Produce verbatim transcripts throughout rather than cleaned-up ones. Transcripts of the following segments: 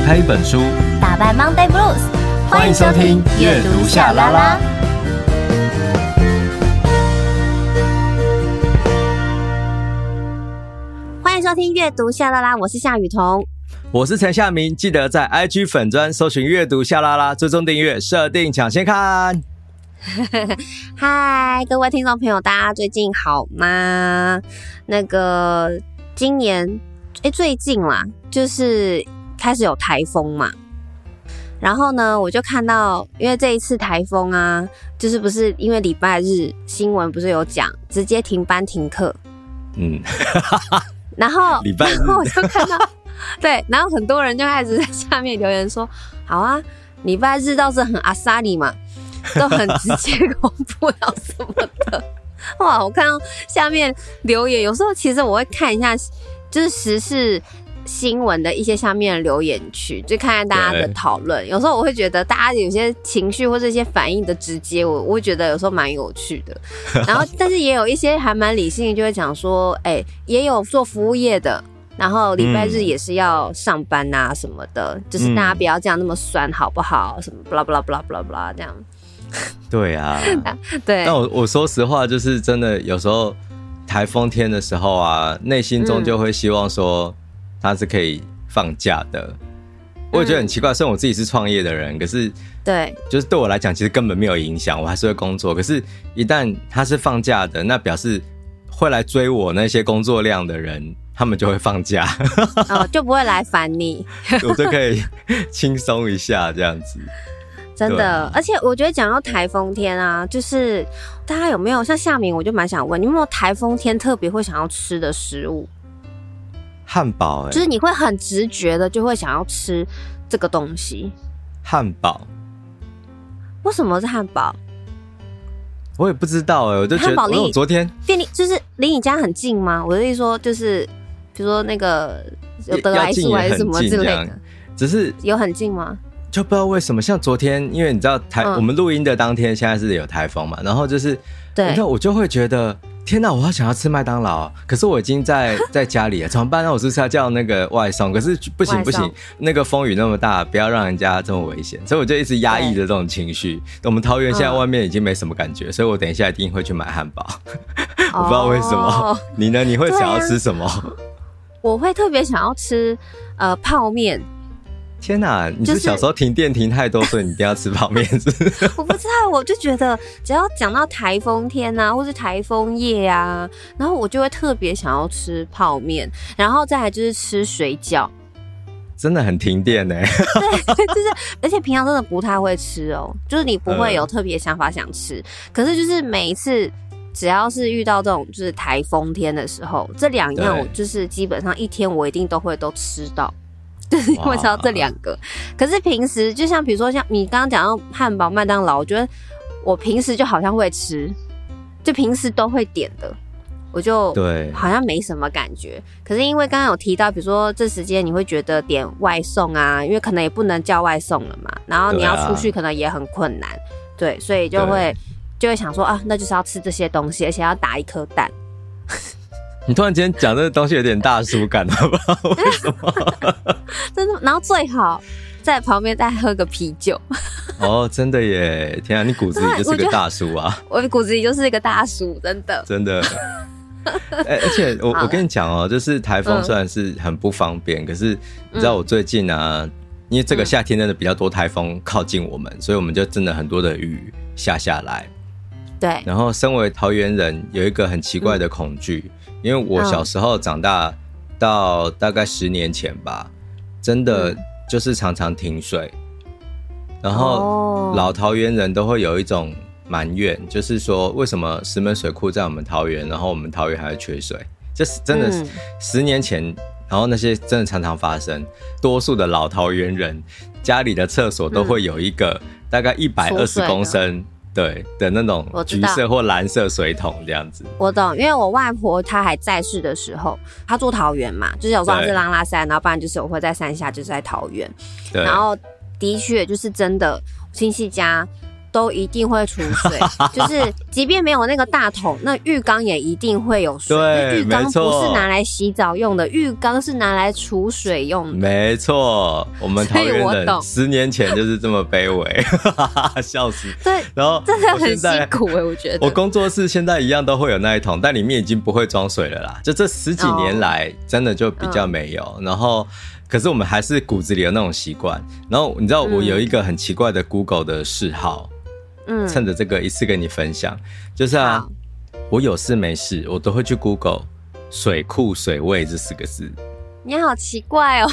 开一本书， 打败 Monday Blues。 欢迎收听阅读夏拉拉。 欢迎收听阅读夏拉拉，我是夏雨桐， 我是陈夏明。记得在 I G 粉专搜寻阅读夏拉拉，追踪订阅，设定抢先看。 嗨，各位听众朋友，大家最近好吗？那个今年哎，最近啦，就是开始有台风嘛。然后呢，我就看到，因为这一次台风啊，就是不是因为礼拜日新闻不是有讲，直接停班停课。嗯，然后礼拜日， 然后我就看到，对，然后很多人就开始在下面留言说，好啊，礼拜日倒是很阿萨里嘛。都很直接公布了什么的，哇！我看到下面留言，有时候其实我会看一下，就是时事新闻的一些下面的留言区，就看看大家的讨论。有时候我会觉得大家有些情绪或者一些反应的直接，我我会觉得有时候蛮有趣的。然后，但是也有一些还蛮理性的，就会讲说，哎、欸，也有做服务业的。然后礼拜日也是要上班啊什么的，嗯、就是大家不要这样那么酸好不好？什么 blah blah blah blah blah 这样。 对啊， 对。 但我我说实话，就是真的有时候台风天的时候啊，内心中就会希望说它是可以放假的。嗯、我也觉得很奇怪，虽然我自己是创业的人，可是对， 就是对我来讲，其实根本没有影响，我还是会工作。可是，一旦它是放假的，那表示会来追我那些工作量的人。他们就会放假， 哦，就不会来烦你， 我就可以轻松一下这样子。 真的，而且我觉得讲到台风天啊，就是大家有没有像夏明，我就蛮想问，你有没有台风天特别会想要吃的食物？ 汉堡、欸， 就是你会很直觉的就会想要吃这个东西。汉堡， 为什么是汉堡？ 我也不知道哎、欸，我就觉得，汉堡离我昨天便利就是离你家很近吗？我的意思说就是。比如说那个有得来速还是什么之类的， 只是有很近吗？ 就不知道为什么，像昨天，因为你知道台、嗯、我们录音的当天，现在是有台风嘛，然后就是对，你知道我就会觉得天哪，我好想要吃麦当劳，可是我已经在在家里了，怎么办？那我是不是要叫那个外送？可是不行不行，那个风雨那么大，不要让人家这么危险，所以我就一直压抑着这种情绪。我们桃园现在外面已经没什么感觉，嗯、所以我等一下一定会去买汉堡。我不知道为什么，哦、你呢？你会想要吃什么？ 我会特别想要吃呃泡面。 天哪，你是小时候停电停太多，所以你一定要吃泡面是不是？ 我不知道，我就觉得只要讲到台风天啊，或是台风夜啊，然后我就会特别想要吃泡面，然后再来就是吃水饺。 真的很停电欸。 对，就是而且平常真的不太会吃哦，就是你不会有特别想法想吃，呃、可是就是每一次。只要是遇到这种就是台风天的时候，这两样我就是基本上一天我一定都会都吃到，就是因为知道这两个。可是平时就像比如说像你刚刚讲到汉堡、麦当劳，我觉得我平时就好像会吃，就平时都会点的，我就对好像没什么感觉。可是因为刚刚有提到，比如说这时间你会觉得点外送啊，因为可能也不能叫外送了嘛，然后你要出去可能也很困难，对，所以就会。就会想说啊，那就是要吃这些东西，而且要打一颗蛋。 你突然间讲这个东西有点大叔感，好不好？为什么？ 真的，然后最好在旁边再喝个啤酒。 哦，真的耶！天啊，你骨子里就是个大叔啊！ 我, 我骨子里就是一个大叔，真的， 真的。欸、而且我我跟你讲哦，就是台风虽然是很不方便，嗯、可是你知道我最近啊，嗯、因为这个夏天真的比较多台风靠近我们，所以我们就真的很多的雨下下来。对，然后身为桃园人，有一个很奇怪的恐惧，嗯、因为我小时候长大到大概十年前吧，真的就是常常停水，嗯、然后老桃园人都会有一种埋怨，就是说为什么石门水库在我们桃园，然后我们桃园还会缺水？这是真的是十年前，然后那些真的常常发生，多数的老桃园人家里的厕所都会有一个大概一百二十公升。对的那种橘色或蓝色水桶这样子， 我懂，因为我外婆她还在世的时候，她住桃园嘛，就是有时候是拉拉山，然后不然就是我会在山下，就是在桃园，然后的确就是真的亲戚家都一定会储水，就是即便没有那个大桶，那浴缸也一定会有水。 对， 浴缸没错， 不是拿来洗澡用的，浴缸是拿来储水用的。 没错，我们桃园人十年前就是这么卑微，笑死。 对， 然后真的很辛苦哎、欸，我觉得。 我工作室现在一样都会有那一桶，但里面已经不会装水了啦。就这十几年来，真的就比较没有。嗯、然后。可是我们还是骨子里有那种习惯，然后你知道我有一个很奇怪的 Google 的嗜好，嗯，趁着这个一次跟你分享，就是啊，我有事没事我都会去 Google 水库水位这四个字。 你好奇怪哦，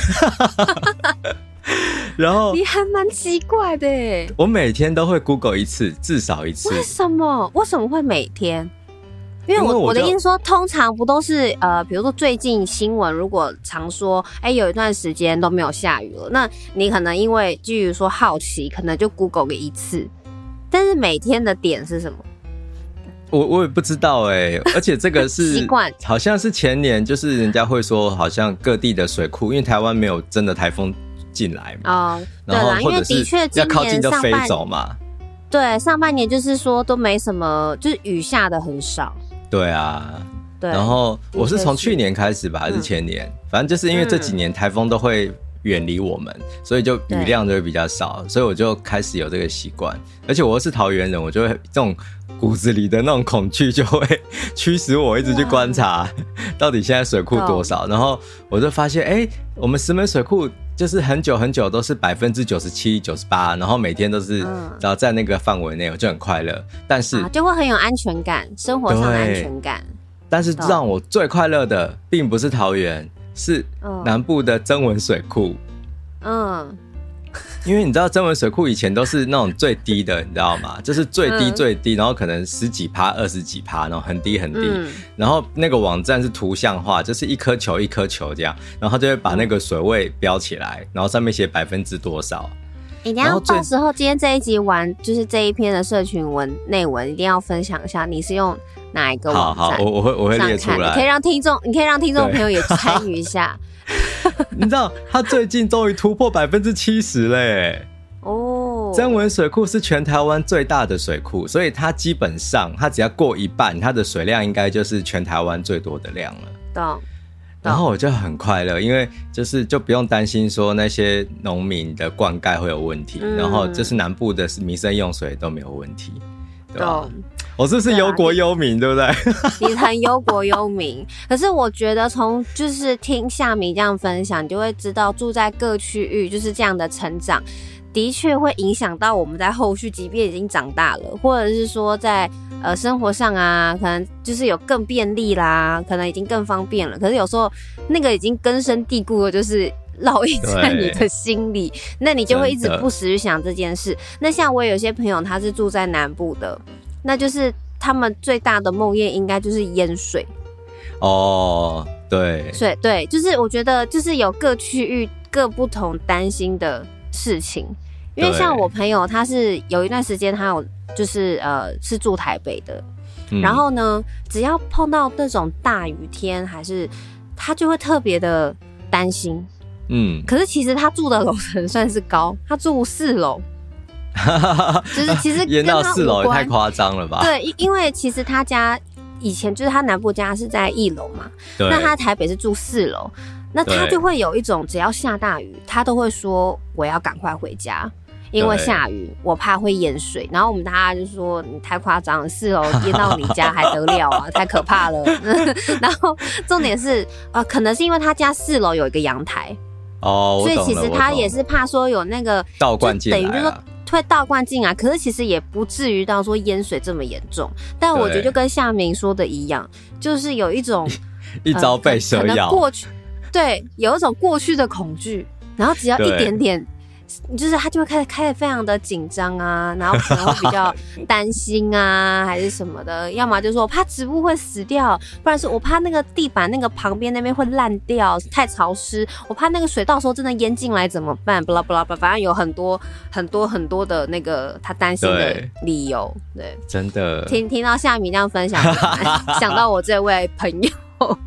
然后你还蛮奇怪的耶。 我每天都会 Google 一次，至少一次。 为什么？为什么会每天？因为 我, 因为我, 我的意思说，通常不都是呃，比如说最近新闻如果常说，哎、欸，有一段时间都没有下雨了，那你可能因为基于说好奇，可能就 Google 个一次，但是每天的点是什么？ 我我也不知道哎、欸，而且这个是习惯， 好像是前年，就是人家会说，好像各地的水库，因为台湾没有真的台风进来嘛， 哦，对啦，因为的确要靠近就飞走嘛， 对，上半年就是说都没什么，就是雨下的很少。 对啊， 对。 然后我是从去年开始吧，还是前年，嗯、反正就是因为这几年台风都会远离我们，所以就雨量就会比较少，所以我就开始有这个习惯。而且我又是桃园人，我就会这种骨子里的那种恐惧就会驱使我一直去观察到底现在水库多少，然后我就发现，哎、欸，我们石门水库。就是很久很久都是百分之九十七、九十八，然后每天都是，然后在那个范围内，我就很快乐。但是、 啊、就会很有安全感，生活上的安全感。 但是让我最快乐的，并不是桃园，是南部的曾文水库。嗯，因为你知道曾文水库以前都是那种最低的，你知道吗？就是最低最低，然后可能十几趴、二十几趴，然后很低很低。嗯、然后那个网站是图像化，就是一颗球一颗球这样，然后他就会把那个水位标起来，然后上面写百分之多少。 一定要到时候今天这一集完，就是这一篇的社群文内文，一定要分享一下你是用哪一个网站。 好好，我我会我会列出来， 你可以让听众，你可以让听众朋友也参与一下。 你知道他最近终于突破百分之七十嘞！哦，曾文水库是全台湾最大的水库，所以它基本上它只要过一半，它的水量应该就是全台湾最多的量了。懂。然后我就很快乐，因为就是就不用担心说那些农民的灌溉会有问题，嗯、然后就是南部的民生用水都没有问题，对吧？我是不是忧国忧民， 对,、啊、对不对？你很忧国忧民，可是我觉得从就是听夏民这样分享，你就会知道住在各区域就是这样的成长，的确会影响到我们在后续，即便已经长大了，或者是说在呃生活上啊，可能就是有更便利啦，可能已经更方便了。可是有时候那个已经根深蒂固的，就是烙印在你的心里，那你就会一直不时去想这件事。那像我有些朋友，他是住在南部的。那就是他们最大的梦魇应该就是淹水哦，对， 对对，就是我觉得就是有各区域各不同担心的事情，因为像我朋友他是有一段时间他有就是呃是住台北的，嗯、然后呢只要碰到那种大雨天，还是他就会特别的担心，嗯，可是其实他住的楼层算是高，他住四楼。就是其实淹到四楼也太夸张了吧？ 对，因为其实他家以前就是他南部家是在一楼嘛，那他台北是住四楼，那他就会有一种只要下大雨，他都会说我要赶快回家，因为下雨我怕会淹水。然后我们大家就说你太夸张了，四楼淹到你家还得了啊，太可怕了。然后重点是呃，可能是因为他家四楼有一个阳台哦， 所以其实他也是怕说有那个倒灌进来、啊， 等于就是说。会倒灌进来，可是其实也不至于到说淹水这么严重。但我觉得就跟夏民说的一样，就是有一种一招被蛇咬、呃， 过去对，有一种过去的恐惧，然后只要一点点，就是他就会开始开始非常的紧张啊，然后可能会比较担心啊，还是什么的。要么就是说我怕植物会死掉，不然是我怕那个地板那个旁边那边会烂掉，太潮湿，我怕那个水到时候真的淹进来怎么办？不啦不啦不啦，反正有很多很多很多的那个他担心的理由。对，对真的。 听听到夏民这样分享，想到我这位朋友。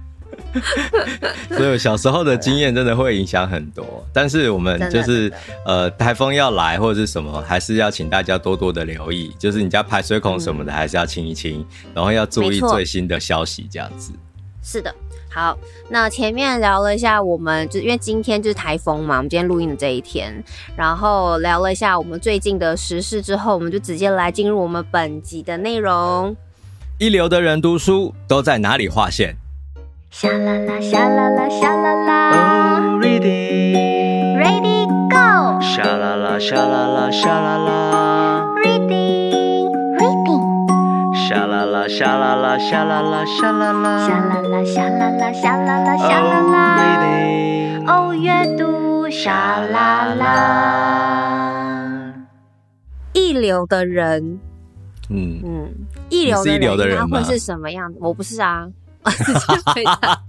所以小时候的经验真的会影响很多，但是我们就是呃台风要来或者是什么，还是要请大家多多的留意，就是你家排水孔什么的还是要清一清，然后要注意最新的消息这样子。 是的。好，那前面聊了一下我们就因为今天就是台风嘛，我们今天录音的这一天，然后聊了一下我们最近的时事之后，我们就直接来进入我们本集的内容。 一流的人读书都在哪里划线？ 沙啦啦沙啦啦沙啦啦 Oh reading Ready go 沙啦啦沙啦啦沙啦啦 Reading Reading 沙啦啦沙啦啦沙啦啦沙啦啦沙啦啦沙啦啦沙啦啦沙啦啦哦阅读沙啦啦。一流的人嗯嗯，一流的人， 你是一流的人吗？ 他会是什么样的？我不是啊，直接回答。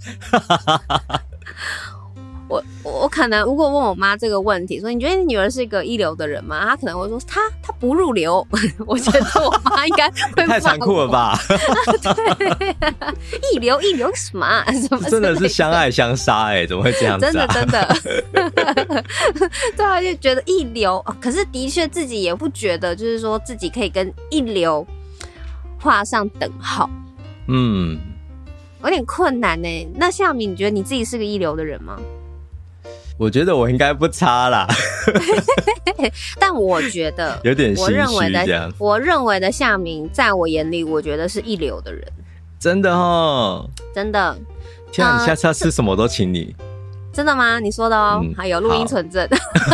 我我可能如果问我妈这个问题，说你觉得你女儿是一个一流的人吗？她可能会说她她不入流。我觉得我妈应该会太残酷了吧？ 对，一流一流什么、啊？什么真的是相爱相杀哎、欸，怎么会这样子、啊？ 真的真的，对啊，就觉得一流，可是的确自己也不觉得，就是说自己可以跟一流画上等号。 嗯， 有点困难呢、欸。那夏民，你觉得你自己是个一流的人吗？ 我觉得我应该不差啦。 但我觉得有点心虚我认为这样的，我认为的夏民，在我眼里，我觉得是一流的人。 真的哦， 真的。 天啊，你下次要吃什么都请你。 真的吗？你说的哦，嗯、还有录音存证。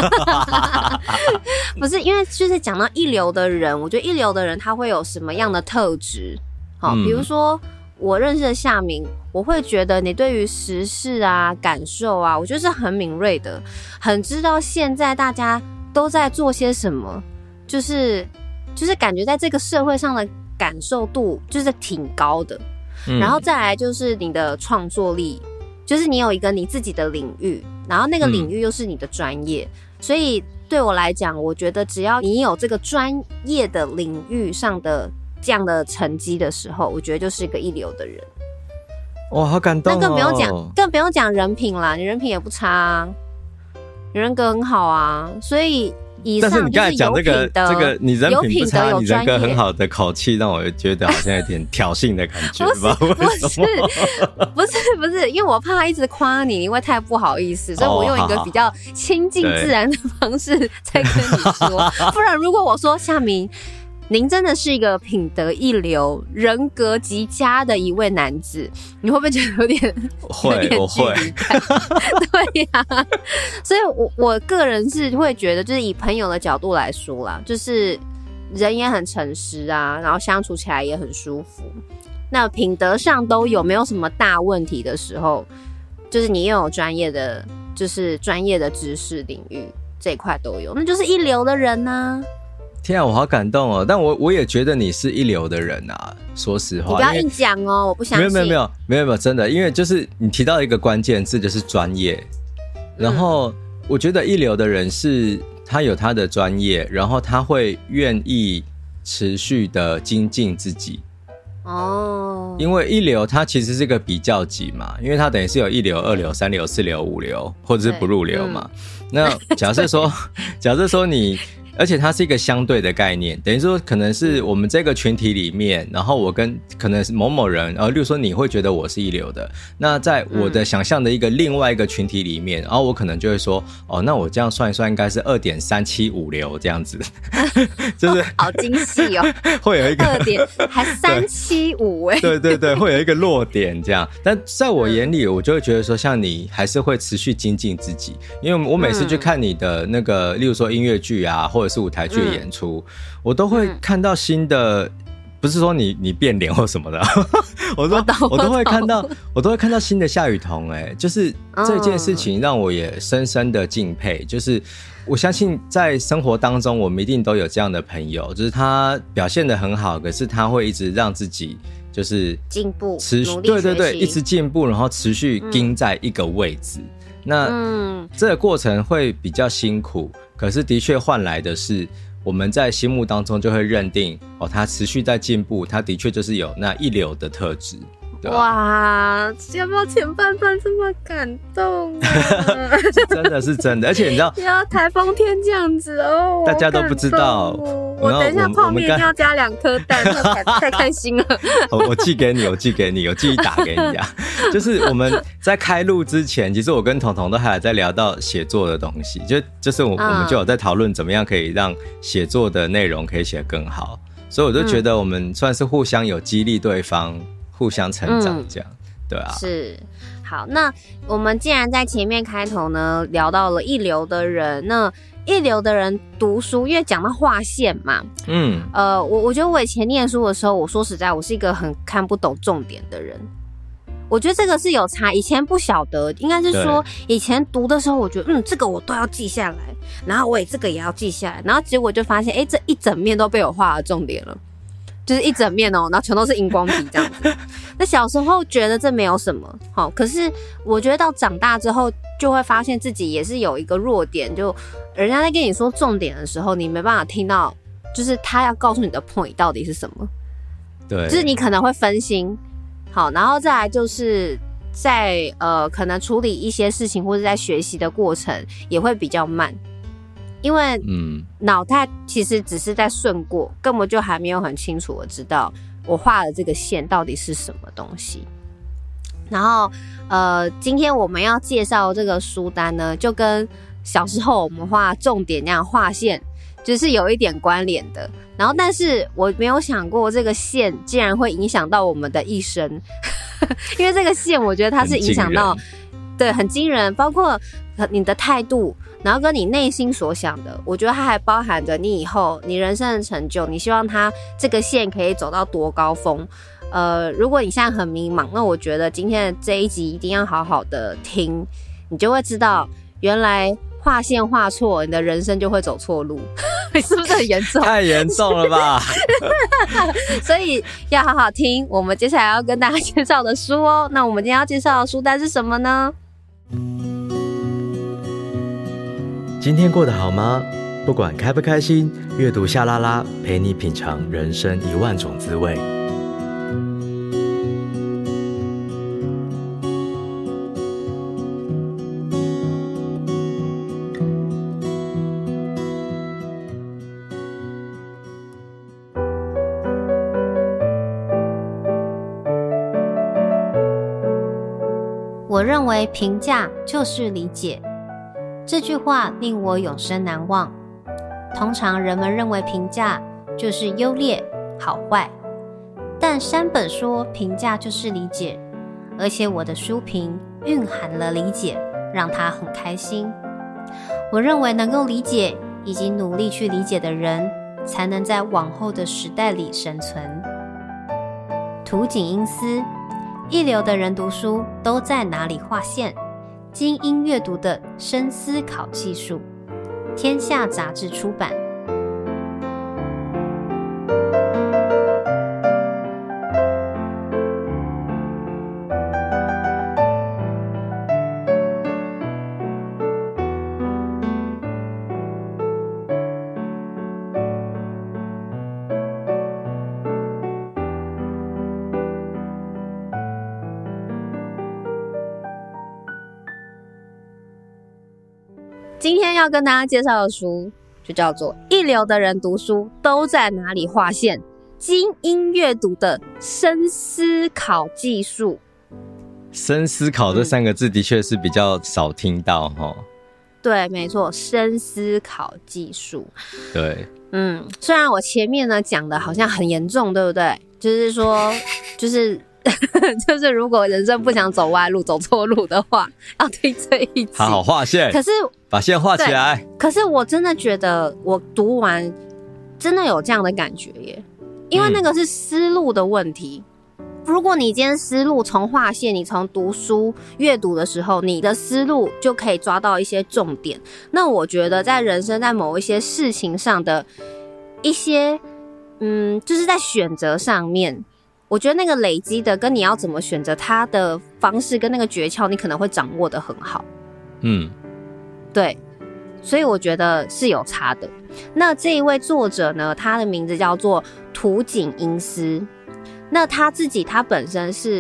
不是，因为就是讲到一流的人，我觉得一流的人他会有什么样的特质？好，比如说我认识的夏民，我会觉得你对于时事啊、感受啊，我觉得是很敏锐的，很知道现在大家都在做些什么，就是就是感觉在这个社会上的感受度就是挺高的。嗯、然后再来就是你的创作力，就是你有一个你自己的领域，然后那个领域又是你的专业，嗯、所以对我来讲，我觉得只要你有这个专业的领域上的这样的成绩的时候，我觉得就是一个一流的人。 哇，好感动哦！ 那更不用讲，更不用讲人品啦，你人品也不差啊，你人格很好啊，所以以上就是有品的。但是你刚才讲这个这个， 你人品不差，你人格很好的口气，让我觉得好像有点挑衅的感觉，不知道为什么。 不是不是，因为我怕他一直夸你，你会太不好意思，所以我用一个比较亲近自然的方式在跟你说。不然如果我说夏民，您真的是一个品德一流、人格极佳的一位男子，你会不会觉得有点会？有点我会，对呀、啊。所以我，我我个人是会觉得，就是以朋友的角度来说啦，就是人也很诚实啊，然后相处起来也很舒服。那品德上都有没有什么大问题的时候，就是你又有专业的，就是专业的知识领域这一块都有，那就是一流的人啊。 天啊，我好感动哦！但我我也觉得你是一流的人啊，说实话。 你不要硬讲哦，我不相信。 没有没有没有没有没有，真的，因为就是你提到一个关键字，就是专业。然后我觉得一流的人是他有他的专业，然后他会愿意持续的精进自己。哦，因为一流它其实是个比较级嘛，因为它等于是有一流、二流、三流、四流、五流，或者是不入流嘛。嗯、那假设说，假设说你。而且它是一个相对的概念，等于说可能是我们这个群体里面，然后我跟可能是某某人，然后例如说你会觉得我是一流的，那在我的想象的一个另外一个群体里面，然后我可能就会说，哦，那我这样算一算应该是 二点三七五 流这样子，就是好精细哦， 会有一个二点还三七五哎， 对对对，会有一个落点这样。但在我眼里，我就会觉得说，像你还是会持续精进自己，因为我每次去看你的那个，例如说音乐剧啊，或者是舞台剧的演出、嗯、我都会看到新的，不是说你你变脸或什么的我都我, 我都会看到我都会看到新的夏宇童。哎，就是这件事情让我也深深的敬佩、嗯、就是我相信在生活当中我们一定都有这样的朋友，就是他表现得很好，可是他会一直让自己就是进步持续，对对对，一直进步，然后持续盯在一个位置、嗯、那、嗯、这个过程会比较辛苦，可是的确换来的是我们在心目当中就会认定哦，他持续在进步，他的确就是有那一流的特质。 对吧？ 哇，要不要前半段这么感动啊？ 真的是真的，而且你知道， 要台风天这样子哦， 大家都不知道。 我等一下泡面一定要加两颗蛋，太开心了。 我我寄给你，我寄给你，我寄一打给你啊。就是我们在开录之前，其实我跟彤彤都还有在聊到写作的东西，就就是我、嗯、我们就有在讨论怎么样可以让写作的内容可以写得更好。所以我就觉得我们算是互相有激励对方，互相成长这样，嗯、对啊。 是，好，那我们既然在前面开头呢聊到了一流的人，那一流的人读书，因为讲到划线嘛，嗯，呃，我我觉得我以前念书的时候，我说实在，我是一个很看不懂重点的人。我觉得这个是有差，以前不晓得，应该是说以前读的时候，我觉得嗯，这个我都要记下来，然后我也这个也要记下来，然后结果就发现，哎，这一整面都被我画了重点了，就是一整面哦，然后全都是荧光笔这样子。那小时候觉得这没有什么，好，可是我觉得到长大之后，就会发现自己也是有一个弱点，就人家在跟你说重点的时候，你没办法听到，就是他要告诉你的 point 到底是什么， 对， 就是你可能会分心。好，然后再来就是在呃，可能处理一些事情或者在学习的过程也会比较慢，因为嗯，脑袋其实只是在顺过，根本就还没有很清楚的知道我画的这个线到底是什么东西。然后呃，今天我们要介绍这个书单呢，就跟小时候我们画重点那样画线，就是有一点关联的。然后但是我没有想过这个线竟然会影响到我们的一生因为这个线我觉得它是影响到，对，很惊人，包括你的态度，然后跟你内心所想的，我觉得它还包含着你以后你人生的成就，你希望它这个线可以走到多高峰。呃，如果你现在很迷茫，那我觉得今天的这一集一定要好好的听，你就会知道原来画线画错，你的人生就会走错路你是不是很严重？ 太严重了吧所以要好好听我们接下来要跟大家介绍的书哦。那我们今天要介绍的书单是什么呢？ 今天过得好吗？不管开不开心，阅读夏拉拉陪你品尝人生一万种滋味。 我认为评价就是理解，这句话令我永生难忘。通常人们认为评价就是优劣好坏，但山本说评价就是理解，而且我的书评蕴含了理解，让他很开心。我认为能够理解以及努力去理解的人，才能在往后的时代里生存。土井英司，一流的人读书都在哪里划线？精英阅读的深思考技术，天下杂志出版。今天要跟大家介绍的书就叫做《一流的人读书都在哪里划线？精英阅读的深思考技术》。 深思考这三个字的确是比较少听到齁。 对，没错，深思考技术。 对， 嗯，虽然我前面呢讲的好像很严重，对不对？就是说，就是就是如果人生不想走歪路、走错路的话，要听这一集。 好好画线。可是把线画起来。 可是我真的觉得，我读完真的有这样的感觉耶，因为那个是思路的问题。嗯、如果你今天思路从画线，你从读书阅读的时候，你的思路就可以抓到一些重点。那我觉得，在人生在某一些事情上的一些，嗯，就是在选择上面。我觉得那个累积的跟你要怎么选择它的方式跟那个诀窍，你可能会掌握得很好。嗯，对，所以我觉得是有差的。那这一位作者呢，他的名字叫做土井英司。那他自己他本身是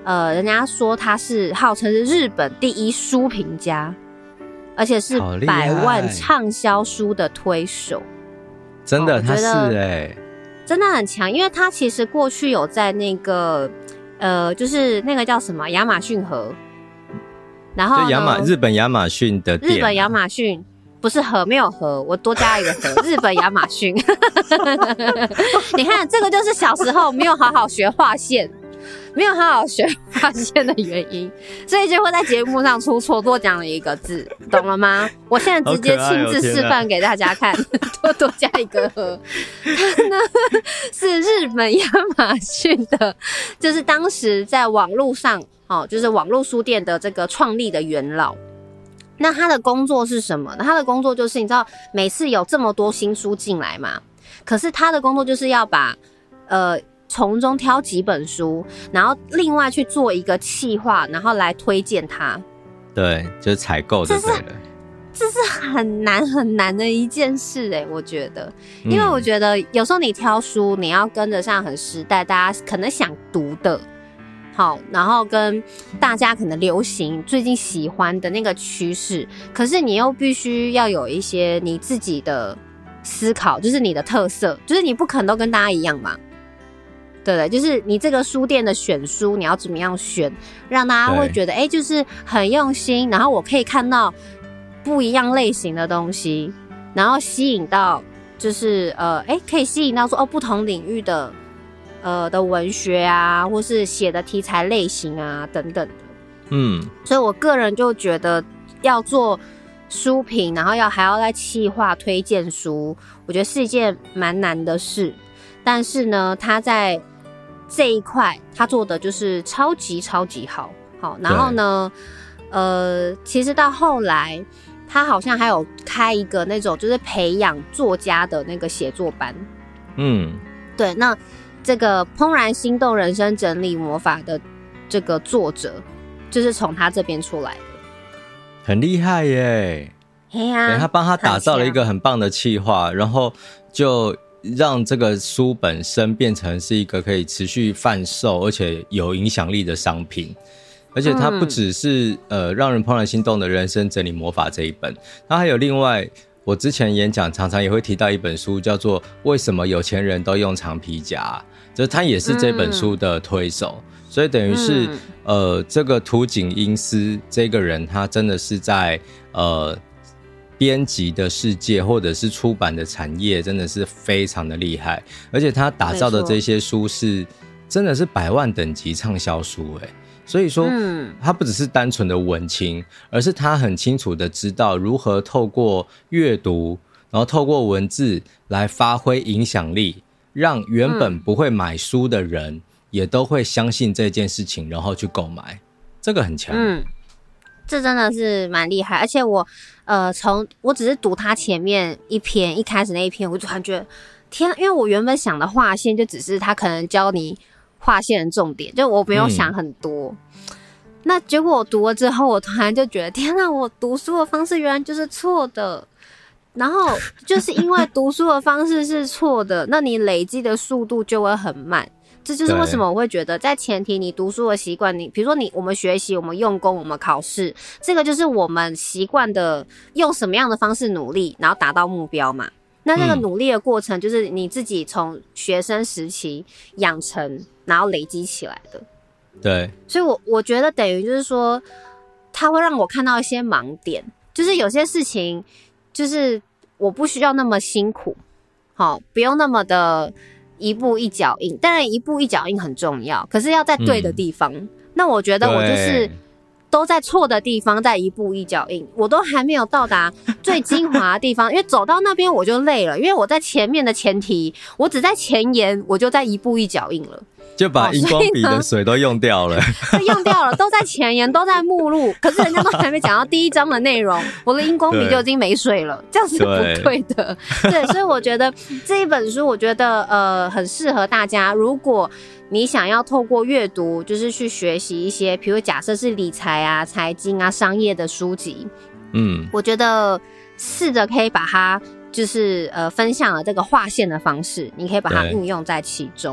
呃，人家说他是号称是日本第一书评家，而且是百万畅销书的推手。 真的，哦、他是哎、欸， 真的很强，因为他其实过去有在那个呃，就是那个叫什么亚马逊河，然后亚马日本亚马逊的店、啊， 日本亚马逊。不是河，没有河，我多加一个河。日本亚马逊，你看这个就是小时候没有好好学划线，没有好好学划线的原因，所以就会在节目上出错，多讲了一个字，懂了吗？我现在直接亲自示范给大家看，多多加一个河。它呢是日本亚马逊的，就是当时在网络上，哦，就是网络书店的这个创立的元老。那他的工作是什么呢？他的工作就是你知道每次有这么多新书进来嘛，可是他的工作就是要把呃从中挑几本书，然后另外去做一个企划，然后来推荐它。 对，就是采购就对了。 这是很难很难的一件事哎、欸，我觉得，因为我觉得有时候你挑书，你要跟得上很时代，大家可能想读的。好，然后跟大家可能流行最近喜欢的那个趋势，可是你又必须要有一些你自己的思考，就是你的特色，就是你不可能都跟大家一样嘛，对不对？就是你这个书店的选书，你要怎么样选，让大家会觉得哎，就是很用心，然后我可以看到不一样类型的东西，然后吸引到就是呃，哎，可以吸引到说哦不同领域的。呃的文学啊，或是写的题材类型啊等等的， 嗯， 所以我个人就觉得要做书评，然后要还要再企划推荐书，我觉得是一件蛮难的事。但是呢，他在这一块他做的就是超级超级好，好，然后呢，呃，其实到后来他好像还有开一个那种就是培养作家的那个写作班， 嗯， 对，那。这个怦然心动人生整理魔法的这个作者，就是从他这边出来的， 很厉害耶！ 嘿啊， 对，他帮他打造了一个很棒的企划，然后就让这个书本身变成是一个可以持续贩售而且有影响力的商品。而且它不只是、嗯、呃让人怦然心动的人生整理魔法这一本，它还有另外。我之前演讲常常也会提到一本书，叫做《为什么有钱人都用长皮夹》，就是他也是这本书的推手，嗯、所以等于是、嗯、呃，这个土井英司这个人，他真的是在呃编辑的世界或者是出版的产业，真的是非常的厉害，而且他打造的这些书是真的是百万等级畅销书、欸，哎。所以说，他不只是单纯的文青，而是他很清楚的知道如何透过阅读，然后透过文字来发挥影响力，让原本不会买书的人也都会相信这件事情，然后去购买，这个很强。嗯， 这真的是蛮厉害。而且我，呃，从我只是读他前面一篇，一开始那一篇，我就感觉天，因为我原本想的划线就只是他可能教你。划线的重点就我没有想很多、嗯、那结果我读了之后我突然就觉得天哪，我读书的方式原来就是错的，然后就是因为读书的方式是错的那你累积的速度就会很慢，这就是为什么我会觉得在前提你读书的习惯，你比如说你我们学习我们用功我们考试，这个就是我们习惯的用什么样的方式努力然后达到目标嘛，那那个努力的过程就是你自己从学生时期养成然后累积起来的。 对， 所以我我觉得等于就是说它会让我看到一些盲点，就是有些事情就是我不需要那么辛苦，好，不用那么的一步一脚印，当然一步一脚印很重要，可是要在对的地方、嗯、那我觉得我就是都在错的地方在一步一脚印，我都还没有到达最精华的地方因为走到那边我就累了，因为我在前面的前提我只在前沿我就在一步一脚印了， 就把荧光笔的水都用掉了、 哦、用掉了，都在前沿都在目录，可是人家都还没讲到第一章的内容我的荧光笔就已经没水了，这样是不对的。 对, 对，所以我觉得这一本书我觉得呃很适合大家，如果你想要透过阅读就是去学习一些比如假设是理财啊财经啊商业的书籍，嗯，我觉得试着可以把它就是呃分享了这个划线的方式，你可以把它运用在其中。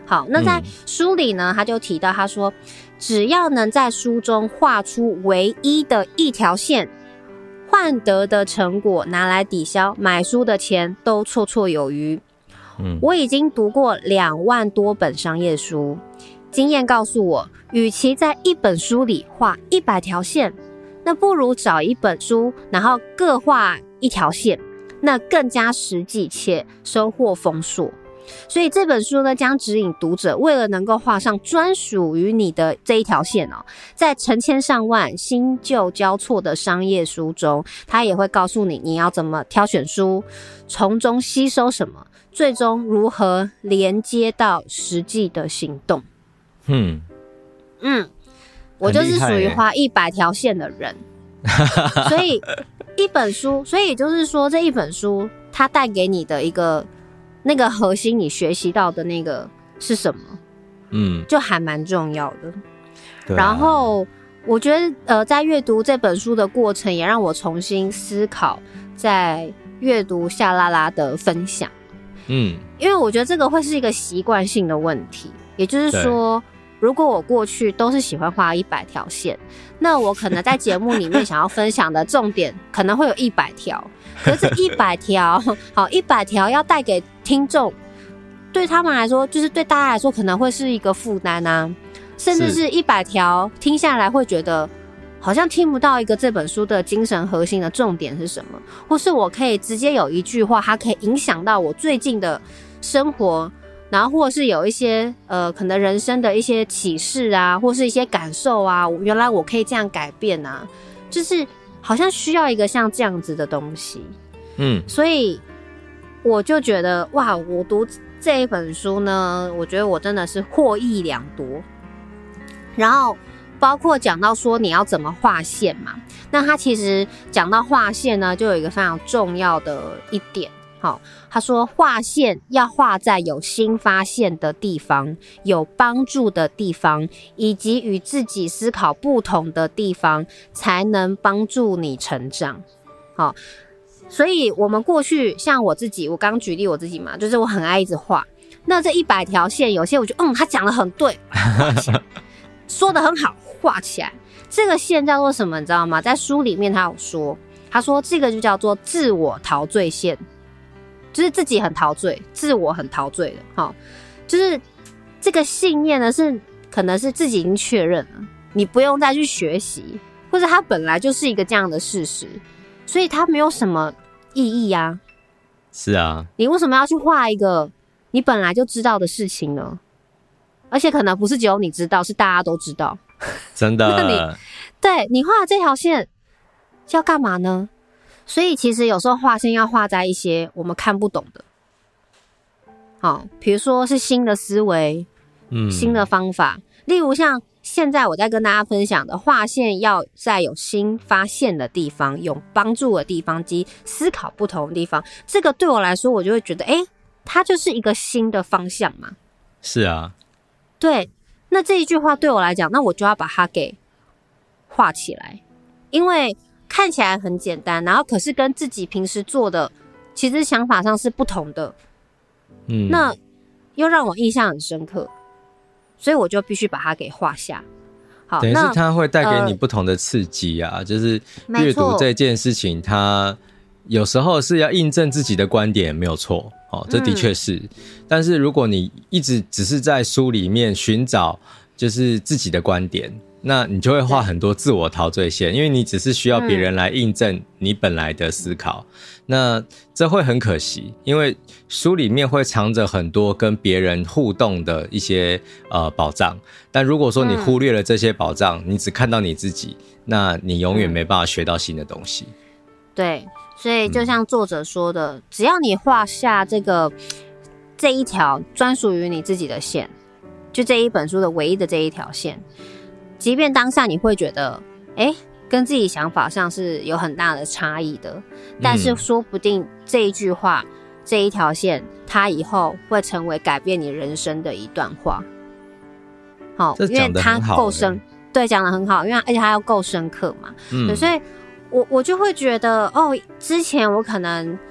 好，那在书里呢，他就提到，他说，只要能在书中画出唯一的一条线，换得的成果拿来抵消买书的钱都绰绰有余。嗯，我已经读过两万多本商业书，经验告诉我，与其在一本书里画一百条线，那不如找一本书，然后各画一条线，那更加实际且收获丰硕。所以这本书呢，将指引读者为了能够画上专属于你的这一条线哦，在成千上万新旧交错的商业书中，它也会告诉你你要怎么挑选书，从中吸收什么，最终如何连接到实际的行动。嗯嗯，我就是属于画一百条线的人，所以一本书，所以就是说这一本书它带给你的一个那个核心，你学习到的那个是什么？嗯，就还蛮重要的。对啊，然后我觉得，呃，在阅读这本书的过程，也让我重新思考在阅读夏拉拉的分享。嗯，因为我觉得这个会是一个习惯性的问题，也就是说，如果我过去都是喜欢画一百条线，那我可能在节目里面想要分享的重点可能会有一百条，可是这一百条，好，一百条要带给听众，对他们来说，就是对大家来说可能会是一个负担啊，甚至是一百条听下来会觉得好像听不到一个这本书的精神核心的重点是什么，或是我可以直接有一句话，它可以影响到我最近的生活，然后或者是有一些呃可能人生的一些启示啊，或是一些感受啊，原来我可以这样改变啊，就是好像需要一个像这样子的东西。嗯，所以我就觉得哇，我读这一本书呢，我觉得我真的是获益良多。然后包括讲到说你要怎么画线嘛，那他其实讲到画线呢，就有一个非常重要的一点。好，他说画线要画在有新发现的地方，有帮助的地方，以及与自己思考不同的地方，才能帮助你成长。好，所以我们过去像我自己，我刚举例我自己嘛，就是我很爱一直画，那这一百条线，有些我就嗯，他讲得很对，画起来，说得很好，画起来。这个线叫做什么，你知道吗？在书里面他有说，他说这个就叫做自我陶醉线。就是自己很陶醉，自我很陶醉的，好，就是这个信念呢，是可能是自己已经确认了，你不用再去学习，或者它本来就是一个这样的事实，所以它没有什么意义啊。 是啊， 你为什么要去画一个你本来就知道的事情呢？而且可能不是只有你知道，是大家都知道。 真的。 那你对你画这条线要干嘛呢？所以其实有时候画线要画在一些我们看不懂的，好，比如说是新的思维，嗯，新的方法，例如像现在我在跟大家分享的，画线要在有新发现的地方，有帮助的地方及思考不同的地方，这个对我来说，我就会觉得，哎，它就是一个新的方向嘛。 是啊， 对，那这一句话对我来讲，那我就要把它给画起来，因为看起来很简单，然后可是跟自己平时做的其实想法上是不同的，嗯，那又让我印象很深刻，所以我就必须把它给画下。好， 等于是它会带给你不同的刺激啊，呃、就是阅读这件事情，它有时候是要印证自己的观点，没有错，哦，这的确是、嗯。但是如果你一直只是在书里面寻找就是自己的观点，那你就会画很多自我陶醉线，因为你只是需要别人来印证你本来的思考、嗯、那这会很可惜，因为书里面会藏着很多跟别人互动的一些呃宝藏，但如果说你忽略了这些宝藏、嗯、你只看到你自己，那你永远没办法学到新的东西。 对，所以就像作者说的、嗯、只要你画下这个这一条专属于你自己的线，就这一本书的唯一的这一条线，即便当下你会觉得诶跟自己想法上是有很大的差异的，但是说不定这一句话、嗯、这一条线它以后会成为改变你人生的一段话。好，因为它够深，对，讲得很好，因为而且它要够深刻嘛、嗯、所以我我就会觉得哦，之前我可能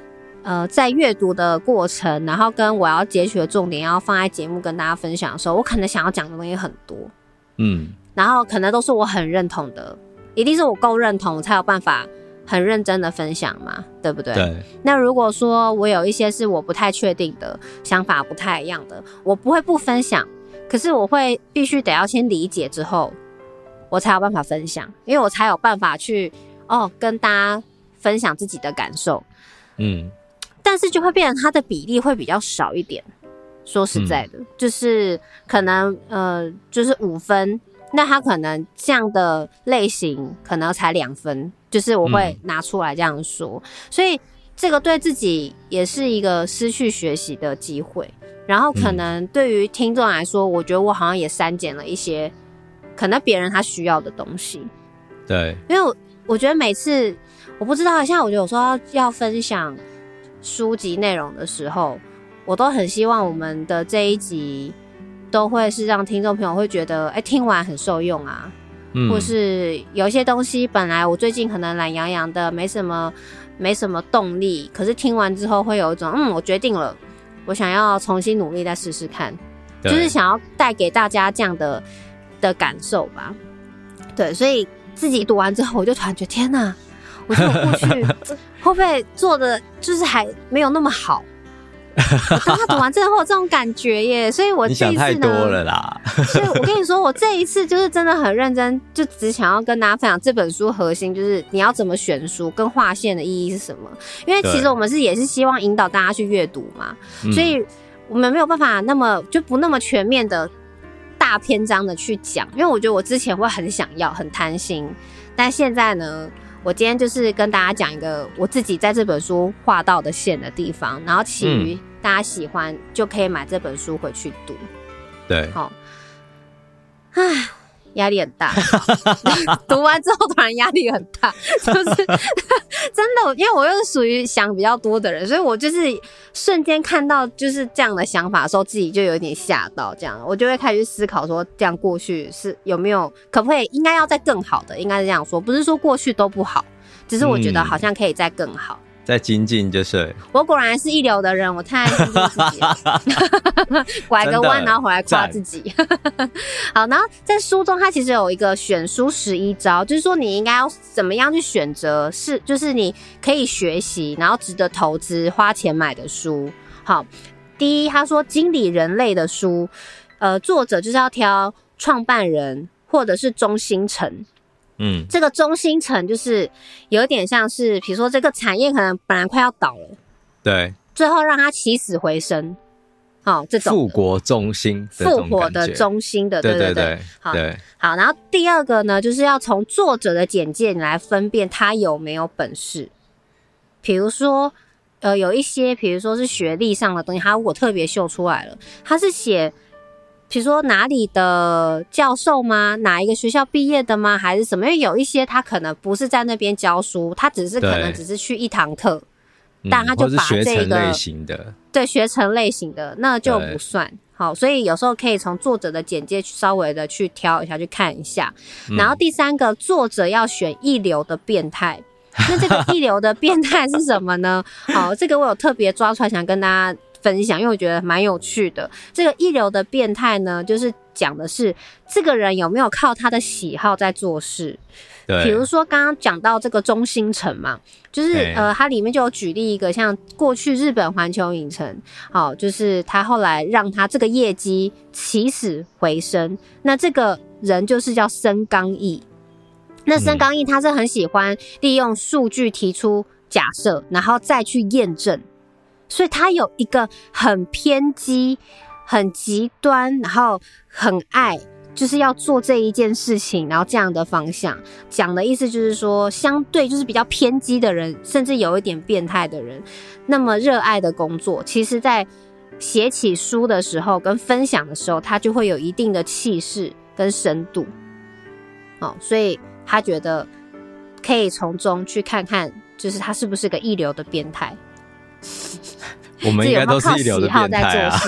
呃在阅读的过程，然后跟我要截取的重点要放在节目跟大家分享的时候，我可能想要讲的东西很多，嗯，然后可能都是我很认同的，一定是我够认同才有办法很认真的分享嘛，对不对？ 对。 那如果说我有一些是我不太确定的想法不太一样的，我不会不分享，可是我会必须得要先理解之后，我才有办法分享，因为我才有办法去哦跟大家分享自己的感受，嗯，但是就会变成它的比例会比较少一点。说实在的，嗯、就是可能呃就是五分，那他可能这样的类型可能才两分。就是我会拿出来这样说、嗯、所以这个对自己也是一个失去学习的机会，然后可能对于听众来说、嗯、我觉得我好像也删减了一些可能别人他需要的东西。 对， 因为 我, 我觉得每次我不知道，像我觉得有时候 要, 要分享书籍内容的时候，我都很希望我们的这一集都会是让听众朋友会觉得哎，听完很受用啊，嗯、或是有一些东西本来我最近可能懒洋洋的没什么没什么动力，可是听完之后会有一种嗯我决定了，我想要重新努力再试试看，就是想要带给大家这样的的感受吧。对，所以自己读完之后我就突然觉得天哪，我觉得我过去会不会做的就是还没有那么好，我当他读完真的会有这种感觉耶，所以我这一次呢， 你想太多了啦。 所以我跟你说，我这一次就是真的很认真，就只想要跟大家分享这本书核心，就是你要怎么选书，跟划线的意义是什么。因为其实我们是也是希望引导大家去阅读嘛，所以我们没有办法那么就不那么全面的大篇章的去讲，因为我觉得我之前会很想要很贪心，但现在呢，我今天就是跟大家講一個我自己在這本書畫到的線的地方，然後其餘大家喜歡、嗯、就可以買這本書回去讀。 對， 好，唉，壓力很大。讀完之後突然壓力很大，就是真的，因為我又是屬於想比較多的人，所以我就是瞬間看到就是這樣的想法的時候，自己就有一點嚇到，這樣我就會開始去思考說，這樣過去是有沒有可不可以應該要再更好的，應該是這樣說，不是說過去都不好，只是我覺得好像可以再更好。嗯， 再精進就是。我果然是一流的人，我太愛精進自己了。拐個彎然後回來誇自己。好，然後在書中它其實有一個選書十一招，就是說你應該要怎麼樣去選擇，是就是你可以學習然後值得投資花錢買的書。好，第一他說經理人類的書，呃，作者就是要挑創辦人或者是中心層。嗯，这个中心层就是有点像是，比如说这个产业可能本来快要倒了， 对， 最后让它起死回生，好、哦，这种复国中心的复活的中心的，对对 对, 对, 对，好对好。然后第二个呢，就是要从作者的简介来分辨他有没有本事，比如说呃有一些，比如说是学历上的东西，他如果特别秀出来了，他是写。比如说哪里的教授吗？哪一个学校毕业的吗？还是什么？因为有一些他可能不是在那边教书，他只是可能只是去一堂课，但他就把这个、 嗯、学程类型的， 对，学程类型的那就不算好，所以有时候可以从作者的简介稍微的去挑一下，去看一下。然后第三个，作者要选一流的变态。那这个一流的变态是什么呢？好，这个我有特别抓出来想跟大家分享，因为我觉得蛮有趣的。这个一流的变态呢，就是讲的是这个人有没有靠他的喜好在做事。对，比如说刚刚讲到这个中心城嘛，就是呃，它里面就有举例一个，像过去日本环球影城，好，就是他后来让他这个业绩起死回生。那这个人就是叫森冈毅。那森冈毅他是很喜欢利用数据提出假设，然后再去验证。所以他有一个很偏激、很极端，然后很爱，就是要做这一件事情，然后这样的方向讲的意思就是说，相对就是比较偏激的人，甚至有一点变态的人，那么热爱的工作，其实在写起书的时候跟分享的时候，他就会有一定的气势跟深度。哦，所以他觉得可以从中去看看，就是他是不是个一流的变态。 我们应该都是一流的变态啊！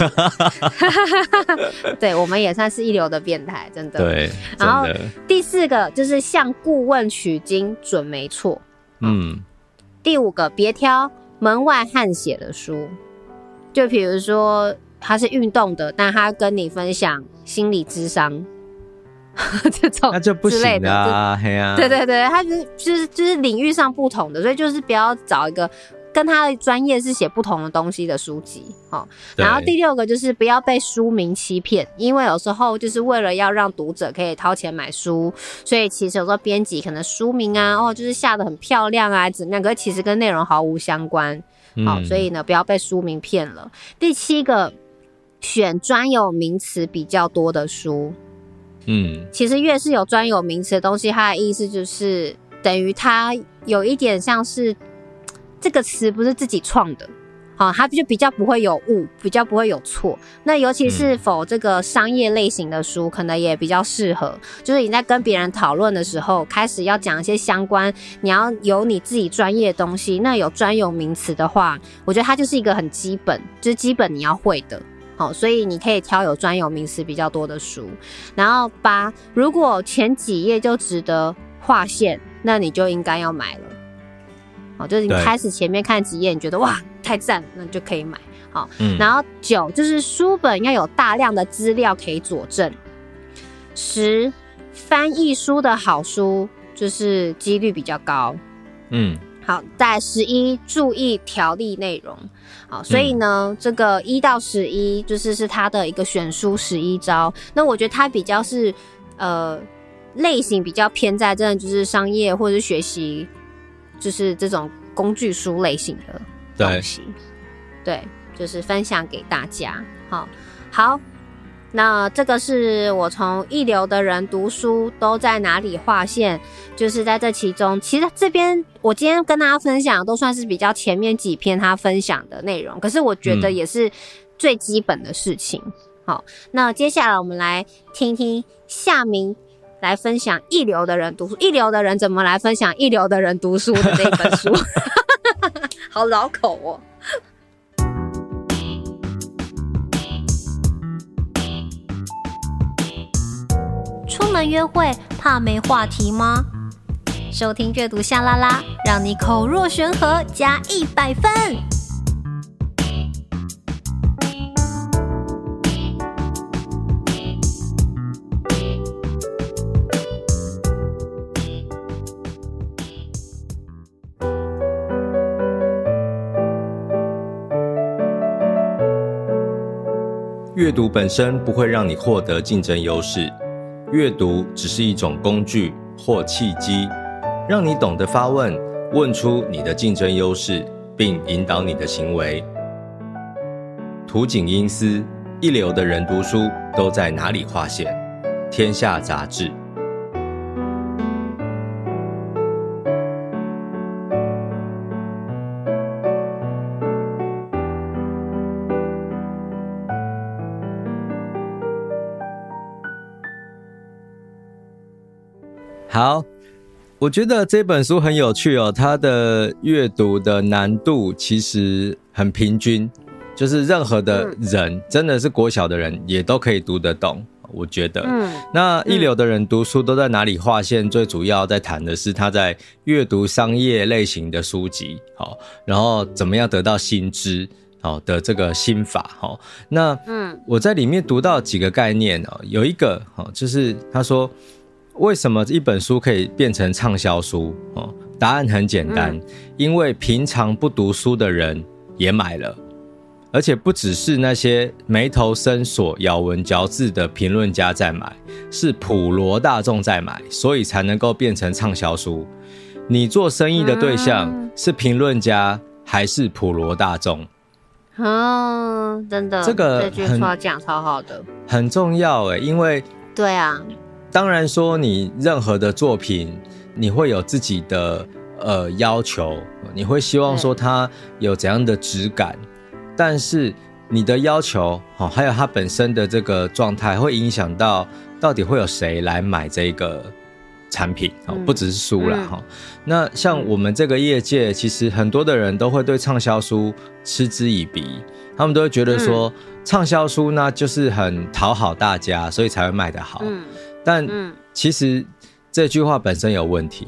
对，我们也算是一流的变态，真的。 对， 然后第四个就是向顾问取经，准没错。嗯。第五个，别挑门外汉写的书，就比如说他是运动的，但他跟你分享心理諮商这种那就不行啊，嘿啊， 对对对，他就是就是就是领域上不同的，所以就是不要找一个跟他的专业是写不同的东西的书籍。哦，然后第六个就是不要被书名欺骗，因为有时候就是为了要让读者可以掏钱买书，所以其实有时候编辑可能书名啊，哦，就是下得很漂亮啊，怎么样，可是其实跟内容毫无相关。好、嗯，所以呢，不要被书名骗了。第七个，选专有名词比较多的书。嗯，其实越是有专有名词的东西，它的意思就是等于它有一点像是这个词不是自己创的，好，它就比较不会有误，比较不会有错。那尤其是否这个商业类型的书，可能也比较适合，就是你在跟别人讨论的时候，开始要讲一些相关，你要有你自己专业的东西，那有专有名词的话，我觉得它就是一个很基本，就是基本你要会的。好，所以你可以挑有专有名词比较多的书。然后八，如果前几页就值得划线，那你就应该要买了。好，就是你开始前面看几页，你觉得哇太赞了，那你就可以买。好，嗯、然后九就是书本要有大量的资料可以佐证。十，翻译书的好书就是几率比较高。嗯。好，在十一注意条例内容。好，所以呢，嗯、这个一到十一就是是他的一个选书十一招。那我觉得他比较是呃类型比较偏在真的就是商业或者是学习，就是这种工具书类型的东西。对，对，就是分享给大家。好，好。那这个是我从一流的人读书都在哪里划线，就是在这其中，其实这边我今天跟大家分享的都算是比较前面几篇他分享的内容，可是我觉得也是最基本的事情。嗯、好，那接下来我们来听听夏明来分享一流的人读书，一流的人怎么来分享一流的人读书的这一本书。好绕口哦。出门约会怕没话题吗？收听阅读夏拉拉，让你口若悬河加一百分。 阅读本身不会让你获得竞争优势。阅读只是一种工具或契机，让你懂得发问，问出你的竞争优势，并引导你的行为。图景英思，一流的人读书都在哪里划线？天下杂志。好，我觉得这本书很有趣哦，它的阅读的难度其实很平均，就是任何的人，嗯、真的是国小的人也都可以读得懂，我觉得。嗯，那一流的人读书都在哪里划线？最主要在谈的是他在阅读商业类型的书籍，好，然后怎么样得到新知。好的这个心法，好，那嗯，我在里面读到几个概念哦，有一个就是他说，为什么一本书可以变成畅销书？哦，答案很简单，嗯、因为平常不读书的人也买了，而且不只是那些眉头深锁、咬文嚼字的评论家在买，是普罗大众在买，所以才能够变成畅销书。你做生意的对象是评论家还是普罗大众？ 哦，真的，这个这句话讲超好的， 很重要诶，因为对啊， 当然说你任何的作品，你会有自己的呃要求，你会希望说它有怎样的质感，但是你的要求，哦，还有它本身的这个状态，会影响到到底会有谁来买这个产品，嗯、不只是书啦，嗯、那像我们这个业界，其实很多的人都会对畅销书嗤之以鼻，他们都会觉得说，畅销书呢就是很讨好大家，所以才会卖得好。嗯、但其实这句话本身有问题。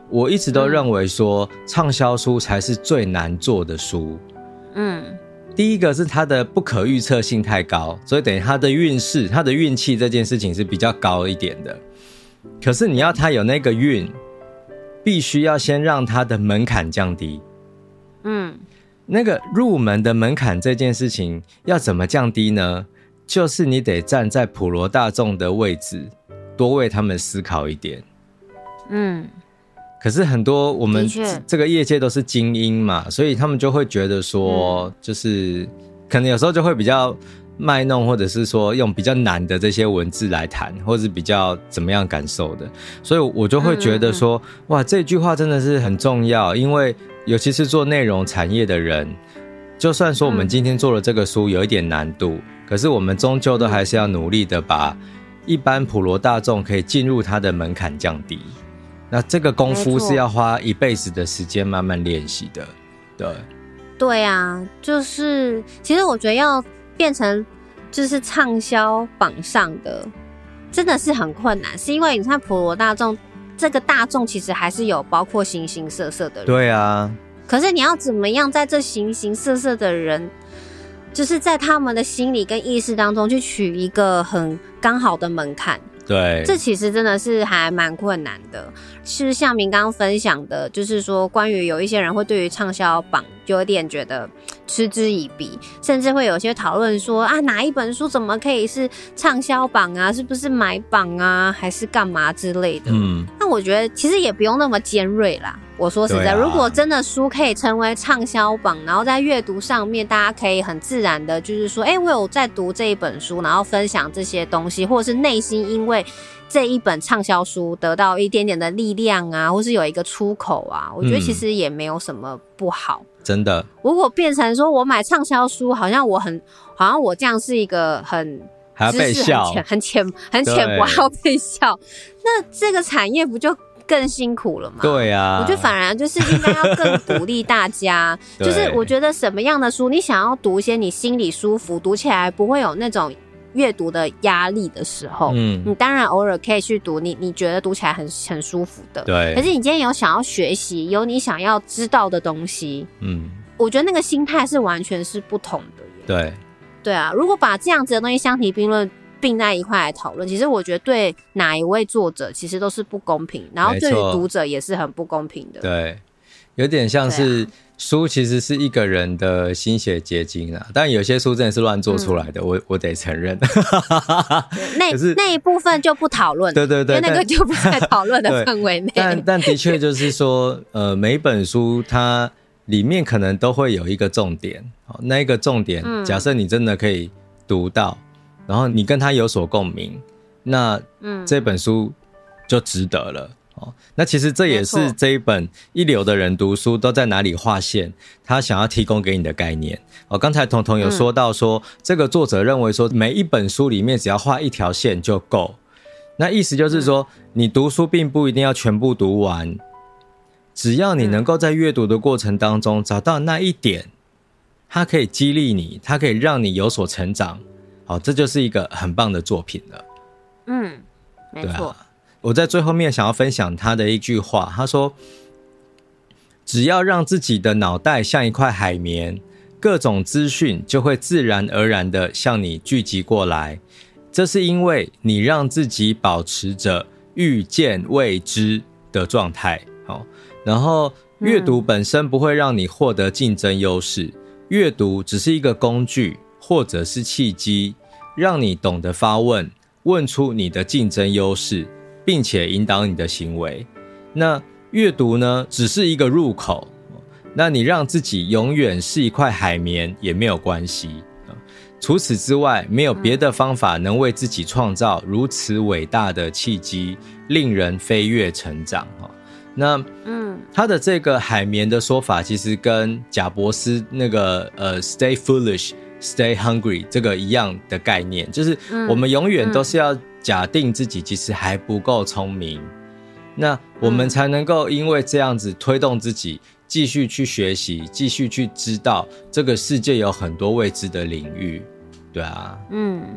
我一直都认为说畅销书才是最难做的书。嗯，第一个是它的不可预测性太高，所以等于它的运势、它的运气这件事情是比较高一点的。可是你要它有那个运，必须要先让它的门槛降低。嗯，那个入门的门槛这件事情要怎么降低呢？就是你得站在普罗大众的位置，多为他们思考一点。嗯。可是很多我们这个业界都是精英嘛，所以他们就会觉得说、嗯、就是可能有时候就会比较卖弄，或者是说用比较难的这些文字来谈，或是比较怎么样感受的，所以我就会觉得说、嗯嗯嗯、哇，这句话真的是很重要。因为尤其是做内容产业的人，就算说我们今天做了这个书有一点难度、嗯、可是我们终究都还是要努力的把一般普罗大众可以进入它的门槛降低。那这个功夫是要花一辈子的时间慢慢练习的。对对啊，就是其实我觉得要变成就是畅销榜上的真的是很困难，是因为你看普罗大众这个大众其实还是有包括形形色色的人。 对啊， 可是你要怎么样在这形形色色的人，就是在他们的心理跟意识当中去取一个很刚好的门槛。 对， 这其实真的是还蛮困难的。是像您刚刚分享的，就是说关于有一些人会对于畅销榜就有点觉得嗤之以鼻，甚至会有些讨论说啊，哪一本书怎么可以是畅销榜啊，是不是买榜啊，还是干嘛之类的。嗯，那我觉得其实也不用那么尖锐啦。我说实在、啊、如果真的书可以成为畅销榜，然后在阅读上面大家可以很自然的就是说，哎，我有在读这一本书，然后分享这些东西，或者是内心因为这一本畅销书得到一点点的力量啊，或是有一个出口啊，我觉得其实也没有什么不好。 嗯、真的， 如果变成说我买畅销书，好像我很好像我这样是一个很还要被笑， 很浅很浅薄还要被笑，那这个产业不就更辛苦了嘛？ 对啊， 我觉得反而就是应该要更鼓励大家。就是我觉得什么样的书，你想要读一些你心里舒服，读起来不会有那种阅读的压力的时候，嗯，你当然偶尔可以去读你你觉得读起来很很舒服的。 对。 可是你今天有想要学习，有你想要知道的东西，嗯，我觉得那个心态是完全是不同的耶。 对。 对啊，如果把这样子的东西相提并论，并在一块来讨论，其实我觉得对哪一位作者其实都是不公平，然后对于读者也是很不公平的。对， 有点像是书其实是一个人的心血结晶啊，但有些书真的是乱做出来的，嗯、我我得承认。 那那一部分就不讨论， 对对对， 那个就不在讨论的范围内。 但但的确就是说，呃，每一本书它里面可能都会有一个重点，那一个重点，嗯、假设你真的可以读到。然后你跟他有所共鸣，那这本书就值得了、嗯、那其实这也是这一本一流的人读书都在哪里划线，他想要提供给你的概念。刚才彤彤有说到说、嗯、这个作者认为说每一本书里面只要画一条线就够，那意思就是说、嗯、你读书并不一定要全部读完，只要你能够在阅读的过程当中找到那一点，它可以激励你，它可以让你有所成长，好，这就是一个很棒的作品了。 嗯，没错、啊。 我在最后面想要分享他的一句话，他说：“只要让自己的脑袋像一块海绵，各种资讯就会自然而然的向你聚集过来。这是因为你让自己保持着预见未知的状态。好，然后阅读本身不会让你获得竞争优势，嗯、阅读只是一个工具。”或者是契机，让你懂得发问，问出你的竞争优势，并且引导你的行为。那阅读呢，只是一个入口，那你让自己永远是一块海绵也没有关系。除此之外，没有别的方法能为自己创造如此伟大的契机，令人飞跃成长。那嗯，他的这个海绵的说法，其实跟贾伯斯那个呃 "Stay foolish"。Stay hungry 这个一样的概念，就是我们永远都是要假定自己其实还不够聪明、嗯、那我们才能够因为这样子推动自己继续去学习，继续去知道这个世界有很多未知的领域。对啊， 嗯，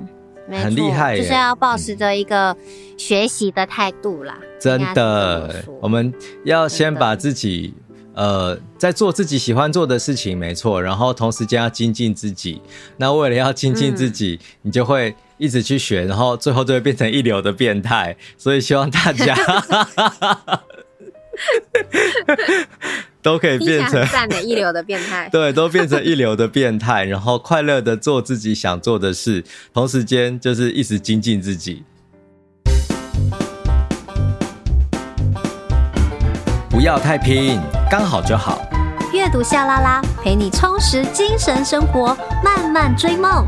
很厉害耶， 就是要抱持着一个学习的态度啦。 真的，我们要先把自己呃在做自己喜欢做的事情，没错，然后同时间要精进自己。那为了要精进自己，嗯、你就会一直去学，然后最后就会变成一流的变态。所以希望大家都可以变成赞的一流的变态， 对，都变成一流的变态，然后快乐的做自己想做的事，同时间就是一直精进自己。不要太拼，刚好就好。 阅读夏拉拉，陪你充实精神生活，慢慢追梦。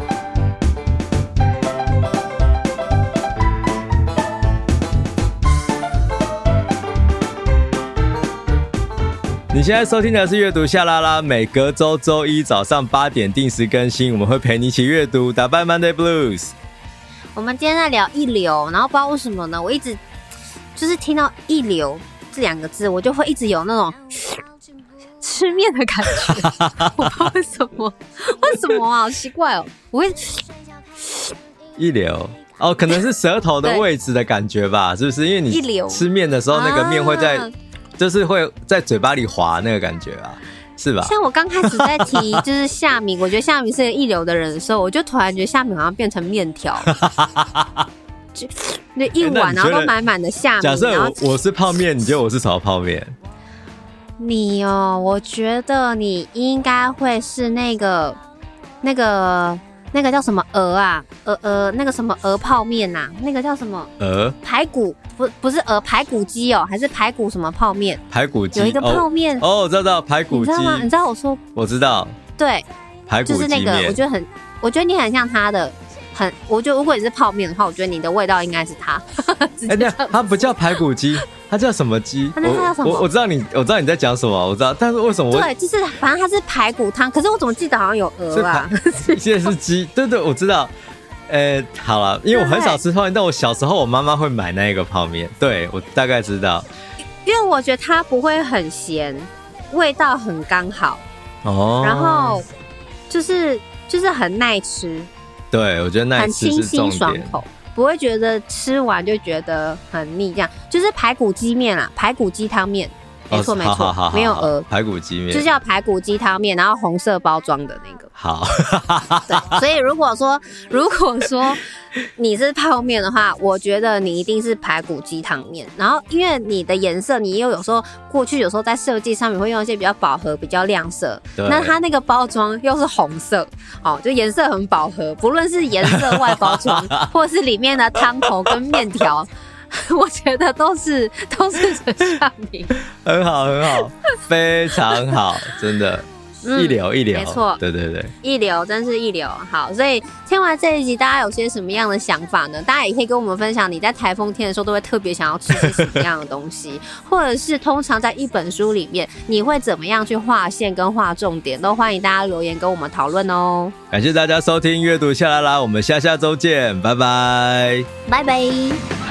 你现在收听的是阅读夏拉拉，每隔周周一早上八点定时更新，我们会陪你一起阅读，打败 Monday Blues。 我们今天在聊一流，然后不知道为什么呢，我一直就是听到一流这两个字，我就会一直有那种吃面的感觉，我不知道为什么，为什么啊？好奇怪哦，我会一流哦，可能是舌头的位置的感觉吧，是不是？因为你吃面的时候，那个面会在。啊就是会在嘴巴里滑那个感觉啊，是吧？像我刚开始在提就是夏民，我觉得夏民是个一流的人的时候，我就突然觉得夏民好像变成面条，就那一碗然后都满满的夏民。 假设 我, 我是泡面，你觉得我是什么泡面？ 你哦，我觉得你应该会是那个那个。那个叫什么鹅啊？鹅鹅那个什么鹅泡面呐、啊？那个叫什么？ 鹅排骨不不是鹅排骨鸡哦，还是排骨什么泡面？ 排骨鸡有一个泡面哦, 哦，我知道排骨鸡， 你知道吗？你知道我说？ 我知道， 对， 排骨鸡面就是那个，我觉得很，我觉得你很像他的，很，我觉得如果你是泡面的话，我觉得你的味道应该是他。 哎、欸，它不叫排骨鸡，它叫什么鸡？ 那它叫什么？ 我我知道你，我知道你在讲什么，我知道，但是为什么我？ 对，就是反正它是排骨汤，可是我怎么记得好像有鹅啊？ 现在是鸡，对对，我知道。呃、欸，好了，因为我很少吃泡面，但我小时候我妈妈会买那个泡面，对我大概知道。 因为我觉得它不会很咸，味道很刚好哦，然后就是就是很耐吃。对， 我觉得耐吃是重点，很清新爽口。 不会觉得吃完就觉得很腻，这样就是排骨鸡面啦，排骨鸡汤面，没错、哦、没错，没有鹅， 排骨鸡面， 就叫排骨鸡汤面，然后红色包装的那个。 好， 对，所以如果说如果说你是泡面的话，我觉得你一定是排骨鸡汤面。然后因为你的颜色，你又有时候过去有时候在设计上面会用一些比较饱和、比较亮色，那它那个包装又是红色，哦，就颜色很饱和，不论是颜色外包装，或是里面的汤头跟面条。我觉得都是都是陈夏民， 很好很好，非常好，真的。嗯、一流一流， 没错， 对对对， 一流，真是一流。好，所以听完这一集，大家有些什么样的想法呢？大家也可以跟我们分享，你在台风天的时候都会特别想要吃些什么样的东西，或者是通常在一本书里面，你会怎么样去划线跟划重点，都欢迎大家留言跟我们讨论哦。 感谢大家收听阅读夏拉拉，我们下下周见，拜拜， 拜拜。